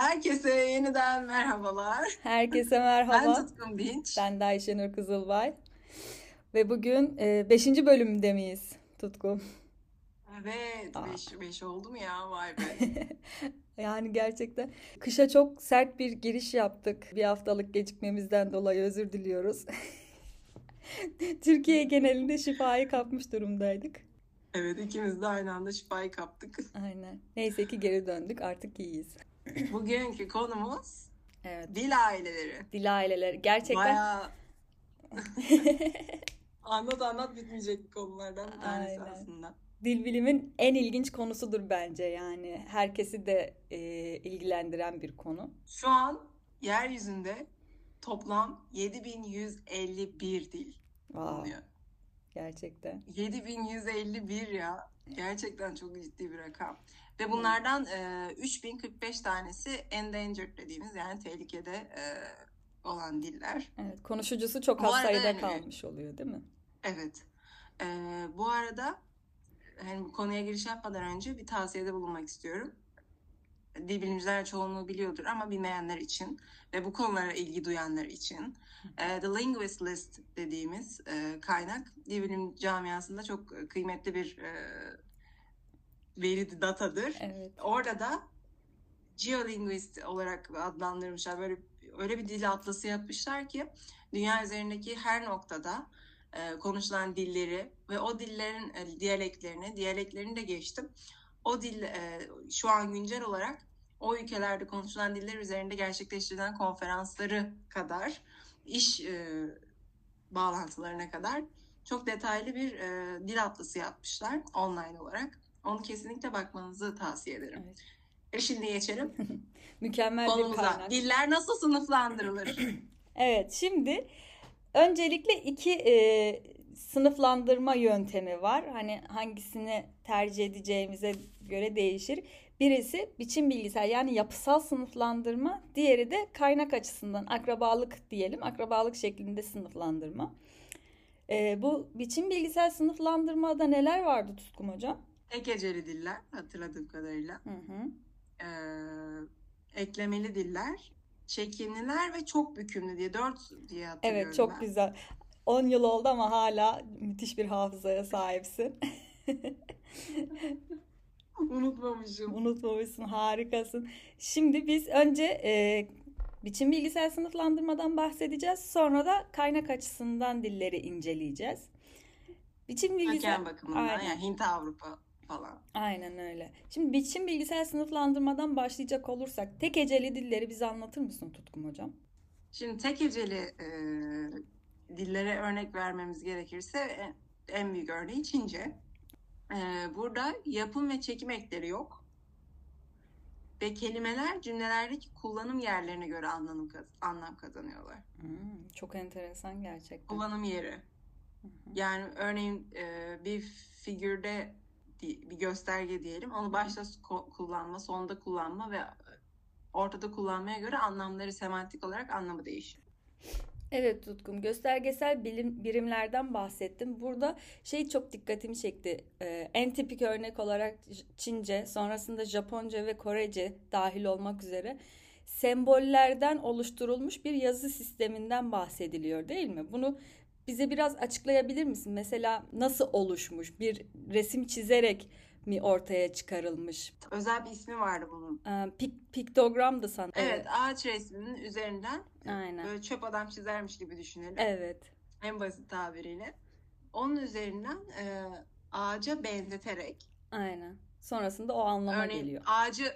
Herkese yeniden merhabalar. Herkese Ben merhaba. Tutkun Dinç. Ben de Ayşenur Kızılbay. Ve bugün 5. bölümde miyiz Tutku? Evet, Aa. beş oldu mu ya? Vay be. Yani gerçekten kışa çok sert bir giriş yaptık. Bir haftalık gecikmemizden dolayı özür diliyoruz. Türkiye genelinde şifayı kapmış durumdaydık. Evet, ikimiz de aynı anda şifayı kaptık. Aynen. Neyse ki geri döndük, artık iyiyiz. Bugünkü konumuz Evet. dil aileleri. Dil aileleri gerçekten. Bayağı anlat bitmeyecek konulardan bir tanesi Aynen. aslında. Dil bilimin en ilginç konusudur bence, yani herkesi de ilgilendiren bir konu. Şu an yeryüzünde toplam 7151 dil Wow, bulunuyor. gerçekten. 7151 ya. Gerçekten çok ciddi bir rakam. Ve Evet. bunlardan 3045 tanesi endangered dediğimiz, yani tehlikede olan diller. Evet, konuşucusu çok Bu az arada sayıda yani, kalmış oluyor, değil mi? evet. E, Bu arada hani bu konuya giriş yapmadan önce bir tavsiyede bulunmak istiyorum. Dil bilimciler çoğunluğu biliyordur ama bilmeyenler için ve bu konulara ilgi duyanlar için The Linguist List dediğimiz kaynak dil bilim camiasında çok kıymetli bir veri datadır. Evet. Orada da geolinguist olarak adlandırmışlar. Böyle öyle bir dil atlası yapmışlar ki dünya üzerindeki her noktada konuşulan dilleri ve o dillerin diyaleklerini de geçtim. O dil şu an güncel olarak o ülkelerde konuşulan diller üzerinde gerçekleştirilen konferansları kadar, iş bağlantılarına kadar çok detaylı bir dil atlası yapmışlar online olarak. Onu kesinlikle bakmanızı tavsiye ederim. Evet. Şimdi geçelim Mükemmel bir konumuza. kaynak. Diller nasıl sınıflandırılır? Evet, şimdi öncelikle iki sınıflandırma yöntemi var. Hani hangisini tercih edeceğimize göre değişir. Birisi biçim bilgisayar, yani yapısal sınıflandırma. Diğeri de kaynak açısından akrabalık diyelim. Akrabalık şeklinde sınıflandırma. Bu biçim bilgisayar sınıflandırmada neler vardı Tutkum Hocam? Tek heceli diller hatırladığım kadarıyla. Hı hı. Eklemeli diller, çekimliler ve çok bükümlü diye 4 diye Evet, hatırlıyorum çok ben. güzel. 10 yıl oldu ama hala müthiş bir hafızaya sahipsin. Unutmamışım. Unutmamışsın, harikasın. Şimdi biz önce biçim bilgisayar sınıflandırmadan bahsedeceğiz. Sonra da kaynak açısından dilleri inceleyeceğiz. Biçim bilgisayar, Köken bakımından, aynen. yani Hint Avrupa falan. Aynen öyle. Şimdi biçim bilgisayar sınıflandırmadan başlayacak olursak tek heceli dilleri bize anlatır mısın Tutkum Hocam? Şimdi tek heceli dillere örnek vermemiz gerekirse en büyük örneği Çince. Burada yapım ve çekim ekleri yok. Ve kelimeler cümlelerdeki kullanım yerlerine göre anlam kazanıyorlar. Çok enteresan gerçekten. Kullanım yeri. Yani örneğin bir figürde bir gösterge diyelim. Onu başta kullanma, sonda kullanma ve ortada kullanmaya göre anlamları, semantik olarak anlamı değişiyor. Evet Tutkum, göstergesel birimlerden bahsettim. Burada şey çok dikkatimi çekti. En tipik örnek olarak Çince, sonrasında Japonca ve Korece dahil olmak üzere sembollerden oluşturulmuş bir yazı sisteminden bahsediliyor, değil mi? Bunu bize biraz açıklayabilir misin? Mesela nasıl oluşmuş? Bir resim çizerek mi ortaya çıkarılmış? Özel bir ismi vardı bunun. Piktogram da san. Evet, ağaç resminin üzerinden Aynen. böyle çöp adam çizermiş gibi düşünelim. Evet. En basit tabiriyle. Onun üzerinden ağaca benzeterek. Aynen. Sonrasında o anlama Örneğin geliyor. ağacı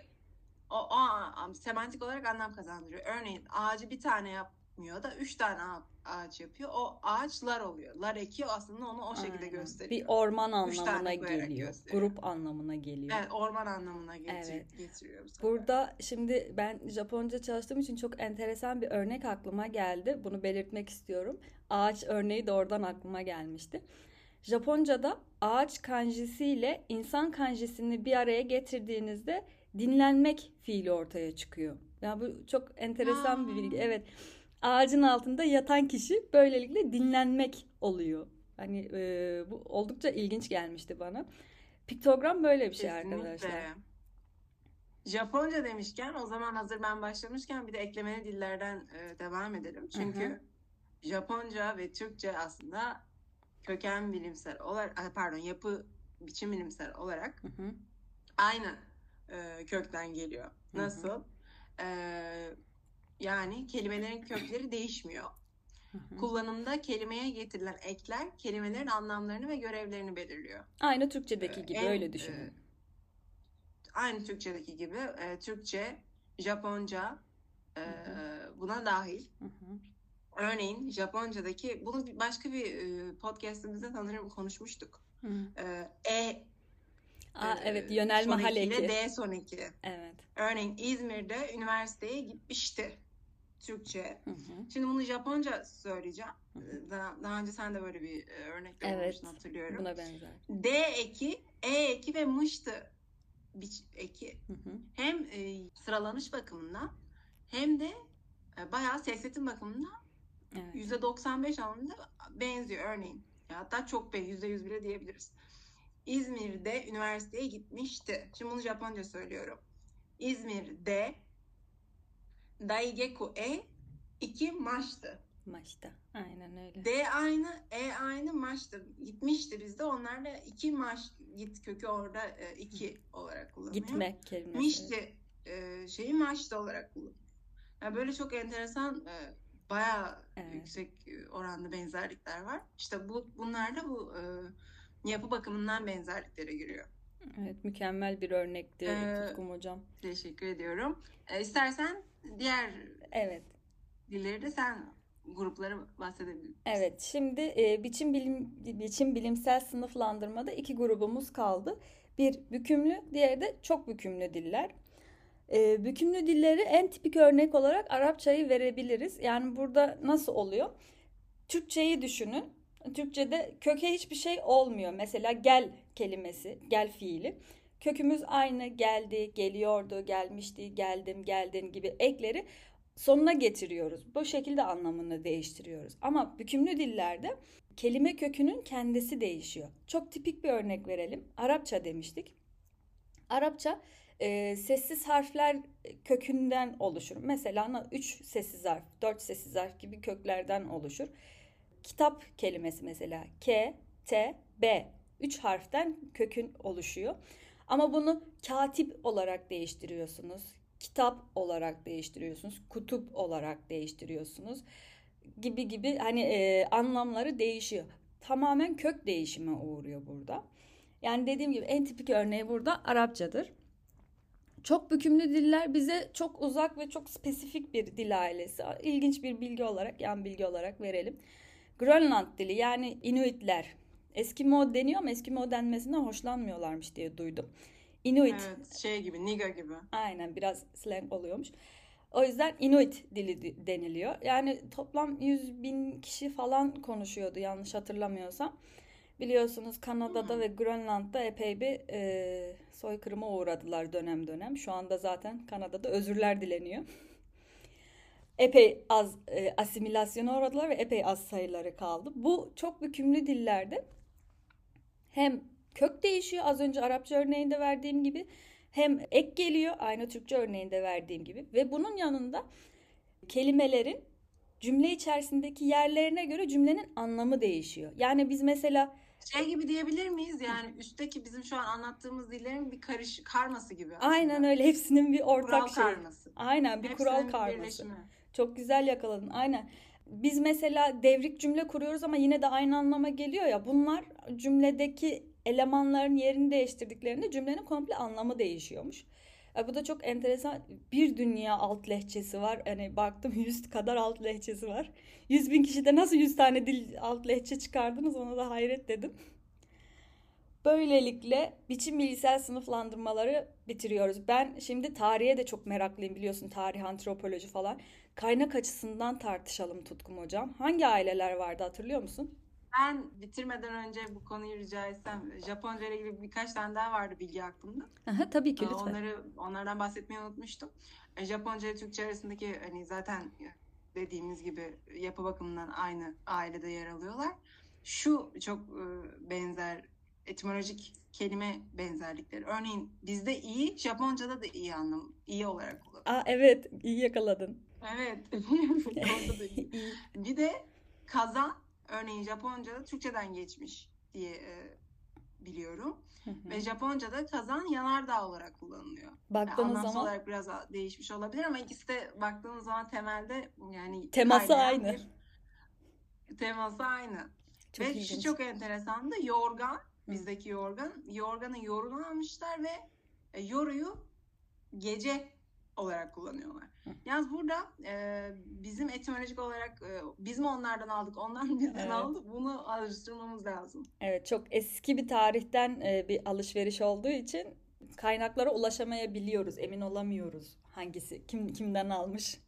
semantik olarak anlam kazandırıyor. Örneğin ağacı bir tane yapmıyor da 3 tane ağaç yapıyor. O ağaçlar oluyor. Lar ekiyor, aslında onu o şekilde Aynen. Bir gösteriyor. orman 3 anlamına tane koyarak geliyor. gösteriyor. Grup anlamına geliyor. Evet, orman anlamına Evet. getiriyor bu sefer. Burada şimdi ben Japonca çalıştığım için çok enteresan bir örnek aklıma geldi. Bunu belirtmek istiyorum. Ağaç örneği de oradan aklıma gelmişti. Japonca'da ağaç kanjisi ile insan kanjisini bir araya getirdiğinizde dinlenmek fiili ortaya çıkıyor. Yani bu çok enteresan bir bilgi. Evet. Ağacın altında yatan kişi böylelikle dinlenmek oluyor. Hani bu oldukça ilginç gelmişti bana. Piktogram böyle bir şey arkadaşlar. Kesinlikle. Japonca demişken o zaman hazır ben başlamışken bir de eklemeli dillerden devam edelim. Hı hı. Çünkü Japonca ve Türkçe aslında köken bilimsel olarak, pardon, yapı biçim bilimsel olarak Hı hı. aynı kökten geliyor. Hı hı. Nasıl? E, Yani kelimelerin kökleri değişmiyor. Hı hı. Kullanımda kelimeye getirilen ekler kelimelerin anlamlarını ve görevlerini belirliyor. Aynı Türkçedeki gibi öyle düşünün. Aynı Türkçedeki gibi Türkçe, Japonca buna dahil. Hı hı. Örneğin Japonca'daki bunu başka bir podcast'imizde sanırım konuşmuştuk. Hı. Evet, Son yönelme eki ile eki. D son eki. Evet. Örneğin İzmir'de üniversiteye gitmişti. Türkçe. Hı hı. Şimdi bunu Japonca söyleyeceğim. Hı hı. Daha önce sen de böyle bir örnekte Evet, bulmuştun, hatırlıyorum. buna benzer. D eki, E eki ve mıştı eki. Hı hı. Hem sıralanış bakımından hem de bayağı sesletim bakımından Evet. %95 anlamında benziyor örneğin. Hatta çok %100 bile diyebiliriz. İzmir'de üniversiteye gitmişti. Şimdi bunu Japonca söylüyorum. İzmir'de Daigeku e 2 maçtı. Maçta. Aynen öyle. D aynı, E aynı, maçtı. Gitmişti bizde. Onlar da 2 maç, git kökü orada 2 olarak kullanılıyor. Gitmek kelimesi. Mişti şeyi maçtı olarak kullanılıyor. Yani böyle çok enteresan, bayağı yüksek oranlı benzerlikler var. İşte bunlar da bu yapı bakımından benzerliklere giriyor. Evet, mükemmel bir örnekti Tutkum Hocam. Teşekkür ediyorum. İstersen diğer dilleri de sen grupları bahsedebilirsin. Evet, şimdi biçim bilimsel sınıflandırmada 2 grubumuz kaldı. Bir bükümlü, diğeri de çok bükümlü diller. Bükümlü dilleri en tipik örnek olarak Arapçayı verebiliriz. Yani burada nasıl oluyor? Türkçeyi düşünün. Türkçede köke hiçbir şey olmuyor. Mesela gel kelimesi, gel fiili. Kökümüz aynı, geldi, geliyordu, gelmişti, geldim, geldin gibi ekleri sonuna getiriyoruz. Bu şekilde anlamını değiştiriyoruz. Ama bükümlü dillerde kelime kökünün kendisi değişiyor. Çok tipik bir örnek verelim. Arapça demiştik. Arapça sessiz harfler kökünden oluşur. Mesela 3 sessiz harf, 4 sessiz harf gibi köklerden oluşur. Kitap kelimesi mesela K, T, B 3 harften kökün oluşuyor. Ama bunu katip olarak değiştiriyorsunuz. Kitap olarak değiştiriyorsunuz. Kutup olarak değiştiriyorsunuz. Gibi hani anlamları değişiyor. Tamamen kök değişime uğruyor burada. Yani dediğim gibi en tipik örneği burada Arapçadır. Çok bükümlü diller bize çok uzak ve çok spesifik bir dil ailesi. İlginç bir bilgi olarak, yan bilgi olarak verelim. Grönland dili yani Inuitler. Eskimo deniyor ama Eskimo denmesinden hoşlanmıyorlarmış diye duydum. Inuit. Evet, şey gibi, Niga gibi. Aynen, biraz slang oluyormuş. O yüzden Inuit dili deniliyor. Yani toplam 100.000 kişi falan konuşuyordu yanlış hatırlamıyorsam. Biliyorsunuz Kanada'da ve Grönland'da epey bir soykırıma uğradılar dönem dönem. Şu anda zaten Kanada'da özürler dileniyor. Epey az asimilasyona uğradılar ve epey az sayıları kaldı. Bu çok bükümlü dillerde hem kök değişiyor az önce Arapça örneğinde verdiğim gibi, hem ek geliyor aynı Türkçe örneğinde verdiğim gibi ve bunun yanında kelimelerin cümle içerisindeki yerlerine göre cümlenin anlamı değişiyor. Yani biz mesela şey gibi diyebilir miyiz? Yani üstteki bizim şu an anlattığımız dillerin bir karması gibi aslında. Aynen öyle, hepsinin bir ortak kural karması. Aynen, bir Hepsinin kural bir karması. birleşimi. Çok güzel yakaladın. Aynen. Biz mesela devrik cümle kuruyoruz ama yine de aynı anlama geliyor ya. Bunlar cümledeki elemanların yerini değiştirdiklerinde cümlenin komple anlamı değişiyormuş. Bu da çok enteresan. Bir dünya alt lehçesi var. Hani baktım 100 kadar alt lehçesi var. 100.000 kişide nasıl 100 tane dil alt lehçe çıkardınız, ona da hayret dedim. Böylelikle biçim bilgisel sınıflandırmaları bitiriyoruz. Ben şimdi tarihe de çok meraklıyım, biliyorsun, tarih, antropoloji falan. Kaynak açısından tartışalım Tutkum Hocam. Hangi aileler vardı, hatırlıyor musun? Ben bitirmeden önce bu konuyu rica etsem, Japonca ile ilgili birkaç tane daha vardı bilgi aklımda. Aha, tabii ki, lütfen. Onlardan bahsetmeyi unutmuştum. Japonca ile Türkçe arasındaki hani zaten dediğimiz gibi yapı bakımından aynı ailede yer alıyorlar. Şu çok benzer etimolojik kelime benzerlikleri. Örneğin bizde iyi, Japonca'da da iyi anlam, iyi olarak kullanılıyor. Aa, evet, iyi yakaladın. Evet, orada da iyi. İyi. Bir de kazan, örneğin Japonca'da Türkçeden geçmiş diye biliyorum. Hı hı. Ve Japonca'da kazan yanardağ olarak kullanılıyor. Yani Baktığınız anlamsal zaman olarak biraz değişmiş olabilir ama ikisi de baktığınız zaman temelde yani teması kaynayan aynı. bir teması aynı. Çok Ve şu ilginç. çok enteresan da yorgan, Hı. bizdeki yorgan, yorganın yorunu almışlar ve yoruyu gece olarak kullanıyorlar. Hı. Yalnız burada bizim etimolojik olarak biz mi onlardan aldık, ondan bizden Evet. aldık, bunu araştırmamız lazım. Evet, çok eski bir tarihten bir alışveriş olduğu için kaynaklara ulaşamayabiliyoruz, emin olamıyoruz hangisi, kimden almış.